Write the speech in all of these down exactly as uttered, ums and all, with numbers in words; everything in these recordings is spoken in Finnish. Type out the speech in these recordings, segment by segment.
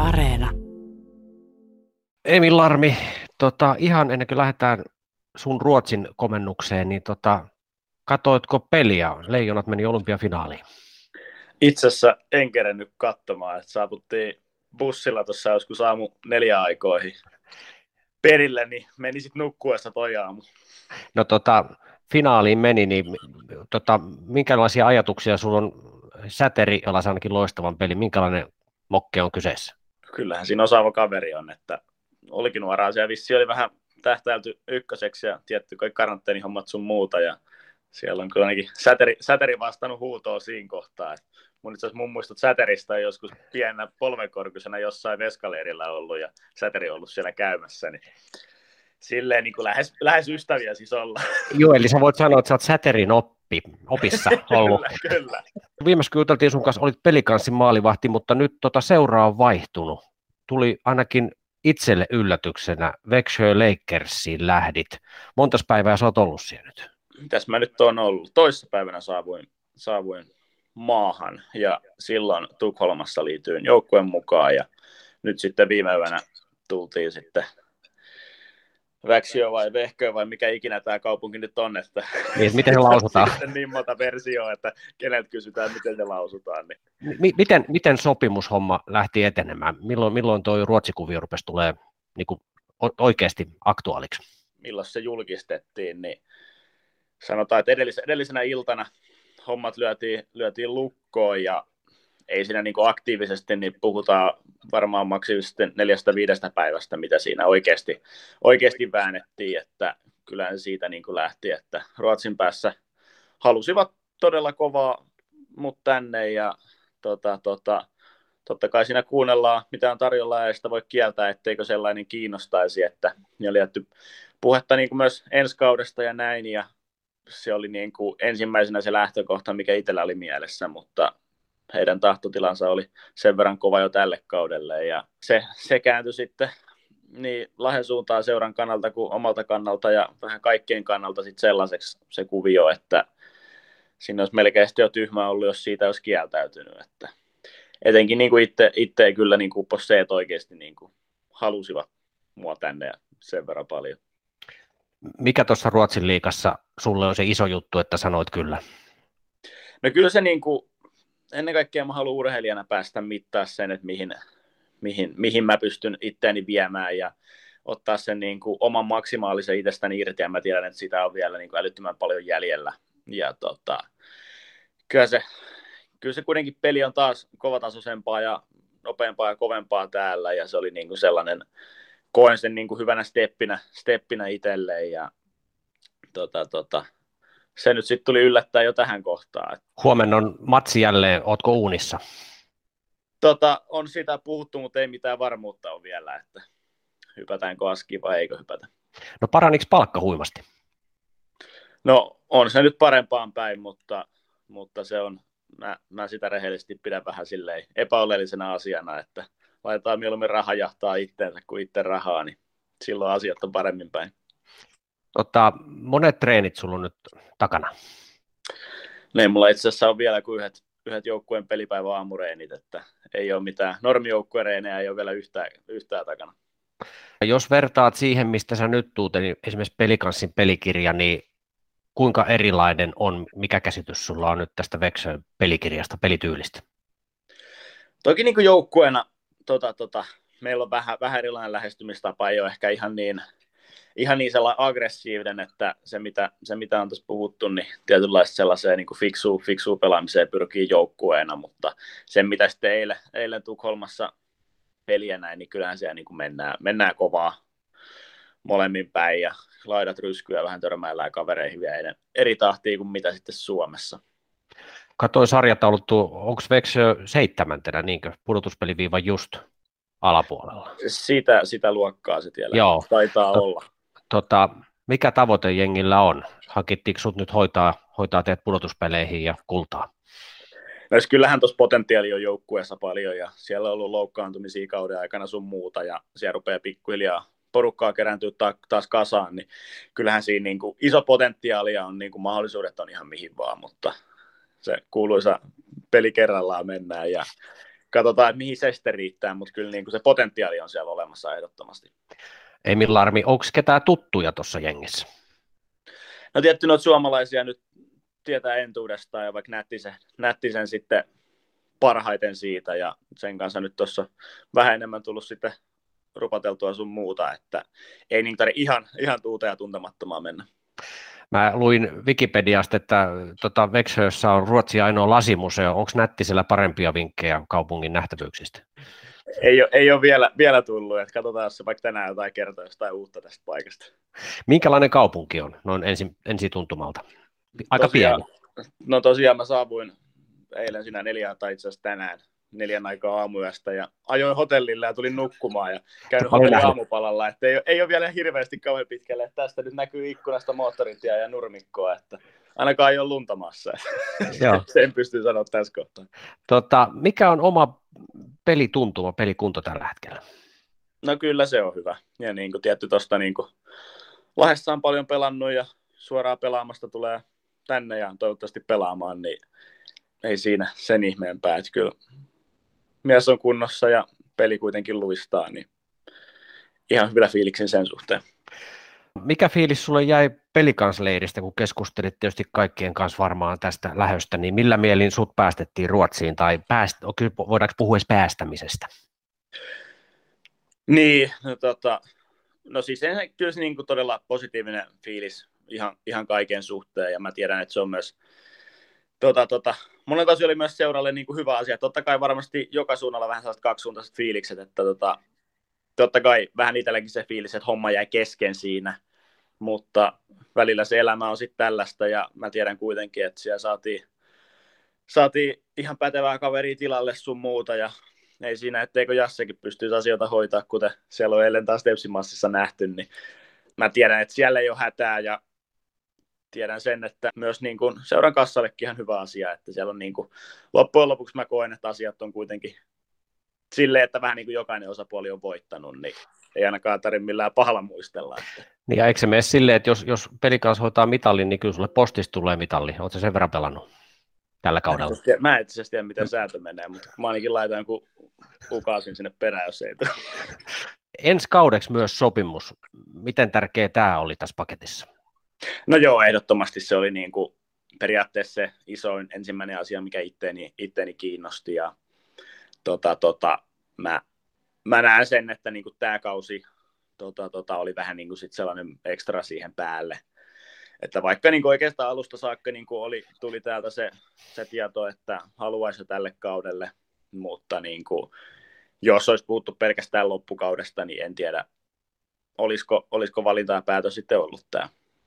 Areena. Emil Larmi, tota, ihan ennen kuin lähdetään sun Ruotsin komennukseen, niin tota, katoitko peliä? Leijonat meni olympiafinaaliin. Itse asiassa en kerennyt katsomaan, että saavuttiin bussilla tuossa joskus aamu neljä aikoihin perille, niin meni sitten nukkuessa toi aamu. No tota, finaaliin meni, niin tota, minkälaisia ajatuksia sulla on Säteri, jolla ainakin loistavan peli, minkälainen mokke on kyseessä? Kyllähän siinä osaava kaveri on, että olikin nuora asia, vissi oli vähän tähtäilty ykköseksi ja tietty kaikki karanteenihommat sun muuta ja siellä on kyllä ainakin Säteri, säteri vastannut huutoa siinä kohtaa. Et mun itse asiassa mun muistot Säteristä on joskus pienenä polvenkorkuisena jossain veskaleirillä ollut ja Säteri on ollut siellä käymässä, niin silleen niin kuin lähes, lähes ystäviä siis ollaan. Joo, eli sä voit sanoa, että sä oot Säterin oppi, opissa ollut. Kyllä, kyllä. Viimeis kun juteltiin sun kanssa, olit pelikanssin maalivahti, mutta nyt tota seura on vaihtunut. Tuli ainakin itselle yllätyksenä Växjö Lakersiin lähdit. Montas päivää sä oot ollut siellä nyt? Mitäs mä nyt oon ollut? Toissapäivänä saavuin, saavuin maahan ja silloin Tukholmassa liityin joukkueen mukaan ja nyt sitten viime yönä tultiin sitten Växjö vai Vehkö vai mikä ikinä tämä kaupunki nyt on, että niin, miten se lausutaan? Sitten niin monta versioa, että keneltä kysytään, miten se lausutaan. Niin. M- miten, miten sopimushomma lähti etenemään? Milloin, milloin tuo Ruotsikuvio rupesi tulee niin kuin oikeasti aktuaaliksi? Milloin se julkistettiin, niin sanotaan, että edellis- edellisenä iltana hommat lyötiin, lyötiin lukkoon ja ei siinä niin kuin aktiivisesti, niin puhutaan varmaan maksimisesti neljästä viidestä päivästä, mitä siinä oikeasti, oikeasti väännettiin, että kyllähän siitä niin kuin lähti, että Ruotsin päässä halusivat todella kovaa mut tänne ja tota, tota, totta kai siinä kuunnellaan, mitä on tarjolla ja sitä voi kieltää, etteikö sellainen kiinnostaisi, että oli jätty puhetta niin kuin myös ensi kaudesta ja näin ja se oli niin kuin ensimmäisenä se lähtökohta, mikä itsellä oli mielessä, mutta heidän tahtotilansa oli sen verran kova jo tälle kaudelle ja se, se kääntyi sitten niin Lahden suuntaan seuran kannalta kuin omalta kannalta ja vähän kaikkien kannalta sitten sellaiseksi se kuvio, että siinä olisi melkein jo tyhmä ollut, jos siitä olisi kieltäytynyt. Että etenkin niin kuin itse, itse ei kyllä niin kuin upposi se, että oikeasti niin kuin halusivat mua tänne ja sen verran paljon. Mikä tuossa Ruotsin liigassa sulle on se iso juttu, että sanoit kyllä? No kyllä se niin kuin, ennen kaikkea mä haluan urheilijana päästä mittaa sen, että mihin, mihin, mihin mä pystyn itseäni viemään ja ottaa sen niin kuin oman maksimaalisen itsestäni irti ja mä tiedän, että sitä on vielä niin kuin älyttömän paljon jäljellä. Ja tota, kyllä, se, kyllä se kuitenkin peli on taas kovatasoisempaa ja nopeampaa ja kovempaa täällä ja se oli niin kuin sellainen, koen sen niin kuin hyvänä steppinä, steppinä itselleen ja tota, tota, se nyt sitten tuli yllättää jo tähän kohtaan. Huomenna on matsi jälleen, ootko uunissa? Tota, on sitä puhuttu, mutta ei mitään varmuutta ole vielä, että hypätäänkö askiin vai eikö hypätä. No paraniko palkka huimasti? No on se nyt parempaan päin, mutta, mutta se on, mä, mä sitä rehellisesti pidän vähän silleen epäoleellisena asiana, että laitetaan mieluummin raha jahtaa itteensä kuin itse rahaa, niin silloin asiat on paremmin päin. Tota, monet treenit sulla on nyt takana? No ei mulla itse asiassa on vielä kuin yhdet, yhdet joukkueen pelipäivän aamureenit, että ei ole mitään normijoukkuereenejä, ei ole vielä yhtään, yhtään takana. Jos vertaat siihen, mistä sä nyt tuut, eli esimerkiksi Pelikanssin pelikirja, niin kuinka erilainen on, mikä käsitys sulla on nyt tästä Växjön pelikirjasta, pelityylistä? Toki niin kuin joukkueena tota, tota, meillä on vähän, vähän erilainen lähestymistapa, ei ole ehkä ihan niin, ihan niin sellainen aggressiivinen, että se mitä, se mitä on tässä puhuttu, niin tietynlaista sellaiseen niin kuin fiksua, fiksua pelaamiseen pyrkii joukkueena, mutta sen mitä sitten eilen, eilen Tukholmassa peliä näin, niin kyllähän siellä niin kuin mennään, mennään kovaa molemmin päin ja laidat ryskyä vähän törmäillään kavereihin vielä eri tahtiin kuin mitä sitten Suomessa. Katoin sarjatauluttu, onko Växjö seitsemäntenä niinkö pudotuspeliviiva just alapuolella? Sitä, sitä luokkaa se tiellä. Joo. Taitaa to, olla. Tota, mikä tavoite jengillä on? Hakittiinko sut nyt hoitaa, hoitaa teet pudotuspeleihin ja kultaa? No kyllähän tuossa potentiaali on joukkueessa paljon ja siellä on ollut loukkaantumisia kauden aikana sun muuta ja siellä rupeaa pikkuhiljaa porukkaa kerääntyä taas kasaan, niin kyllähän siinä niin kuin iso potentiaali on, niin kuin mahdollisuudet on ihan mihin vaan, mutta se kuuluisa peli kerrallaan mennään ja katsotaan, että mihin se sitten riittää, mutta kyllä niin kuin se potentiaali on siellä olemassa ehdottomasti. Emil Larmi, onko ketään tuttuja tuossa jengissä? No tietty noita suomalaisia nyt tietää entuudestaan ja vaikka Nättisen, Nättisen sitten parhaiten siitä ja sen kanssa nyt tuossa vähän enemmän tullut sitten rupateltua sun muuta, että ei niin tarvitse ihan, ihan tuuta ja tuntemattomaa mennä. Mä luin Wikipediasta, että tota, Växjössä on Ruotsin ainoa lasimuseo. Onko Nättisellä parempia vinkkejä kaupungin nähtävyyksistä? Ei ole, ei ole vielä, vielä tullut, että katsotaan, jos se vaikka tänään jotain kertoo jostain uutta tästä paikasta. Minkälainen kaupunki on noin ensi, ensituntumalta? Aika tosiaan, pieni. No tosiaan mä saavuin eilen siinä neljään tai itse asiassa tänään neljän aikaa aamuyöstä ja ajoin hotellille ja tulin nukkumaan ja käynyt hotellin aamupalalla, että ei, ei ole vielä hirveästi kauhean pitkälle, että tästä nyt näkyy ikkunasta moottoritie ja nurmikkoa, että ainakaan ei ole luntamassa. Sen pystyy sanoa tässä kohtaa. Tota, mikä on oma pelituntuma, pelikunto tällä hetkellä? No kyllä se on hyvä. Ja niin kuin tietty tuosta niin kuin Lahdessa on paljon pelannut ja suoraan pelaamasta tulee tänne ja toivottavasti pelaamaan, niin ei siinä sen ihmeempää. Että kyllä mies on kunnossa ja peli kuitenkin luistaa, niin ihan hyvä fiiliksen sen suhteen. Mikä fiilis sulle jäi pelikansleiristä, kun keskustelit tietysti kaikkien kanssa varmaan tästä lähöstä, niin millä mielin sut päästettiin Ruotsiin, tai pääst, voidaanko puhua edes päästämisestä? Niin, no, tota, no siis en, kyllä se niin kuin todella positiivinen fiilis ihan, ihan kaiken suhteen, ja mä tiedän, että se on myös, tota, tota, monen taas oli myös seuralle niin kuin hyvä asia. Totta kai varmasti joka suunnalla vähän sellaiset kaksisuuntaiset fiilikset, että tota, totta kai vähän itselläkin se fiilis, että homma jäi kesken siinä, mutta välillä se elämä on sitten tällaista, ja mä tiedän kuitenkin, että siellä saatiin, saatiin ihan pätevää kaveria tilalle sun muuta, ja ei siinä, etteikö Jassekin pystyisi asioita hoitaa, kuten siellä on eilen taas Tepsimassissa nähty, niin mä tiedän, että siellä ei ole hätää, ja tiedän sen, että myös niin kuin seuran kassallekin ihan hyvä asia, että siellä on niin kuin, loppujen lopuksi mä koen, että asiat on kuitenkin silleen, että vähän niin kuin jokainen osapuoli on voittanut, niin ei ainakaan tarvitse millään pahalla muistella. Että. Niin ja eikö se mene silleen, että jos, jos pelikans hoitaa mitallin, niin kyllä sulle postista tulee mitalli. Oletko sen verran pelannut tällä kaudella? Mä en itse asiassa tiedä, miten säätö menee, mutta mä ainakin laitan jonkun ukaasin sinne perään, jos ei tule. Ensi kaudeksi myös sopimus. Miten tärkeä tämä oli tässä paketissa? No joo, ehdottomasti se oli niin kuin periaatteessa se isoin ensimmäinen asia, mikä itteeni, itteeni kiinnosti. Ja tota, tota, mä, mä näen sen, että niin kuin tämä kausi tota, tota, oli vähän niin kuin sit sellainen ekstra siihen päälle. Että vaikka niin kuin oikeastaan alusta saakka niin kuin oli, tuli täältä se, se tieto, että haluaisi tälle kaudelle, mutta niin kuin, jos olisi puhuttu pelkästään loppukaudesta, niin en tiedä, olisiko, olisiko valinta ja päätös sitten ollut tämä.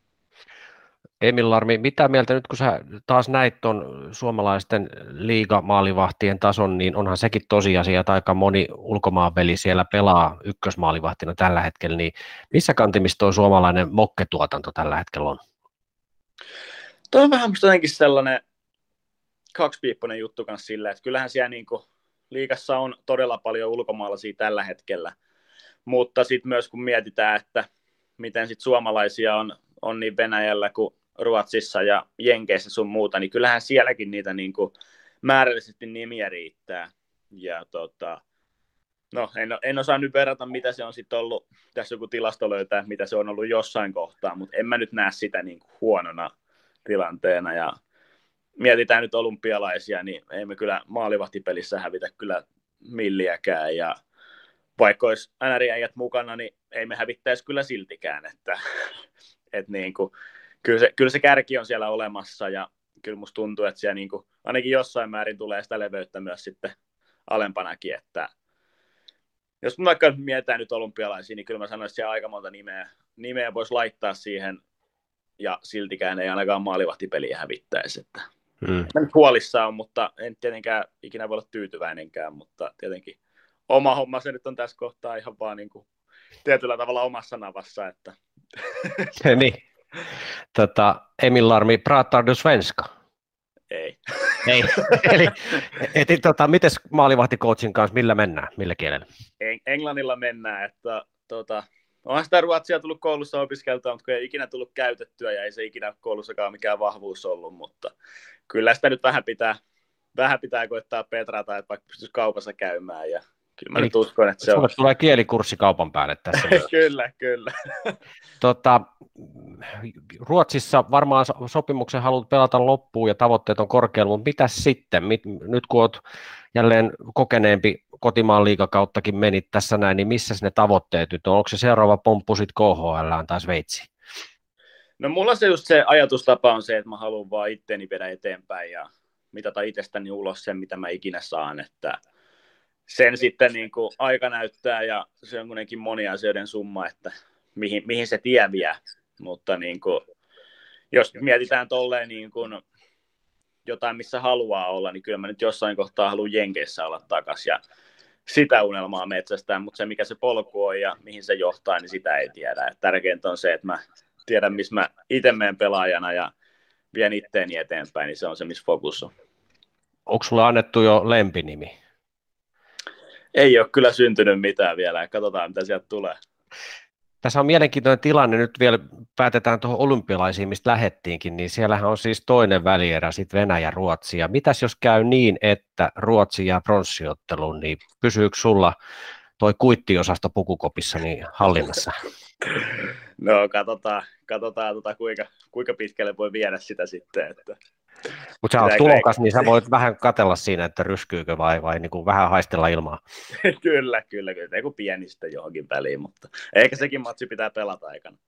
Emil Larmi, mitä mieltä nyt kun sä taas näit tuon suomalaisten liigamaalivahtien tason, niin onhan sekin tosiasia, että aika moni ulkomaanveli siellä pelaa ykkösmaalivahtina tällä hetkellä, niin missä kantimissa tuo suomalainen mokketuotanto tällä hetkellä on? Tuo on vähän musta jotenkin sellainen kaksipiippunen juttu kanssa sillä, että kyllähän siellä niin kuin liigassa on todella paljon ulkomaalaisia tällä hetkellä, mutta sitten myös kun mietitään, että miten sit suomalaisia on, on niin Venäjällä kuin Ruotsissa ja Jenkeissä sun muuta, niin kyllähän sielläkin niitä niin kuin määrällisesti nimiä riittää. Ja tota, no, en, en osaa nyt verrata, mitä se on sitten ollut, tässä joku tilasto löytää, mitä se on ollut jossain kohtaa, mutta en mä nyt näe sitä niin kuin huonona tilanteena. Ja mietitään nyt olympialaisia, niin ei me kyllä maalivahtipelissä hävitä kyllä milliäkään. Ja vaikka olisi N R-äijät mukana, niin ei me hävittäisi kyllä siltikään. Että, et niin kuin, kyllä, se, kyllä se kärki on siellä olemassa ja kyllä musta tuntuu, että siellä niin kuin, ainakin jossain määrin tulee sitä leveyttä myös sitten alempanakin. Että jos vaikka mietitään nyt olympialaisia, niin kyllä mä sanoisin, että siellä aika monta nimeä, nimeä voisi laittaa siihen ja siltikään ei ainakaan maalivahtipeliä hävittäisi. Että hmm. Mä nyt huolissaan on, mutta en tietenkään ikinä voi olla tyytyväinenkään, mutta tietenkin oma homma se nyt on tässä kohtaa ihan vaan niin kuin tietyllä tavalla omassa navassa. Että. niin. Tota, Emil Larmi, pratar du svenska? Ei. Ei. Eli et, tota, mites maalivahtikoutsin kanssa, millä mennään, millä kielellä? Englannilla mennään, että tota, onhan sitä ruotsia tullut koulussa opiskeltua, mutta kun ei ikinä tullut käytettyä ja ei se ikinä koulussakaan mikään vahvuus ollut, mutta kyllä sitä nyt vähän pitää, vähän pitää koittaa petrata, että vaikka pystyisi kaupassa käymään. Ja kyllä mä Eli nyt uskon, että se on. Tulee kielikurssi kaupan päälle tässä. Kyllä, kyllä. Tota, Ruotsissa varmaan sopimuksen haluat pelata loppuun ja tavoitteet on korkealla, mutta mitä sitten? Nyt kun olet jälleen kokeneempi kotimaan liigakauttakin menit tässä näin, niin missä ne tavoitteet nyt on? Onko se seuraava pomppu sitten K H L tai Sveitsiin? No mulla se just se ajatustapa on se, että mä haluan vaan itteeni viedä eteenpäin ja mitata itsestäni ulos sen, mitä mä ikinä saan, että sen sitten niin kuin aika näyttää ja se on kuitenkin moni asioiden summa, että mihin, mihin se tie vie, mutta niin kuin, jos mietitään tolleen niin kuin jotain, missä haluaa olla, niin kyllä mä nyt jossain kohtaa haluan Jenkeissä olla takaisin ja sitä unelmaa metsästään, mutta se mikä se polku on ja mihin se johtaa, niin sitä ei tiedä. Et tärkeintä on se, että mä tiedän, missä mä itse menen pelaajana ja vien itteeni eteenpäin, niin se on se, missä fokus on. Onko sulle annettu jo lempinimi? Ei ole kyllä syntynyt mitään vielä, katsotaan mitä sieltä tulee. Tässä on mielenkiintoinen tilanne, nyt vielä päätetään tuohon olympialaisiin, mistä lähettiinkin, niin siellähän on siis toinen välierä, sitten Venäjä, Ruotsi, ja mitäs jos käy niin, että Ruotsi jää pronssiotteluun, niin pysyykö sulla toi kuittiosasto pukukopissa niin hallinnassa? No katsotaan, katsotaan tota, kuinka, kuinka pitkälle voi viedä sitä sitten. Että mutta sä oot tulokas, niin sä voit vähän katsella siinä, että ryskyykö vai, vai niin kuin vähän haistella ilmaa. kyllä, kyllä, kyllä. Joku pienistä johonkin väliin, mutta ehkä sekin matsi pitää pelata aikana.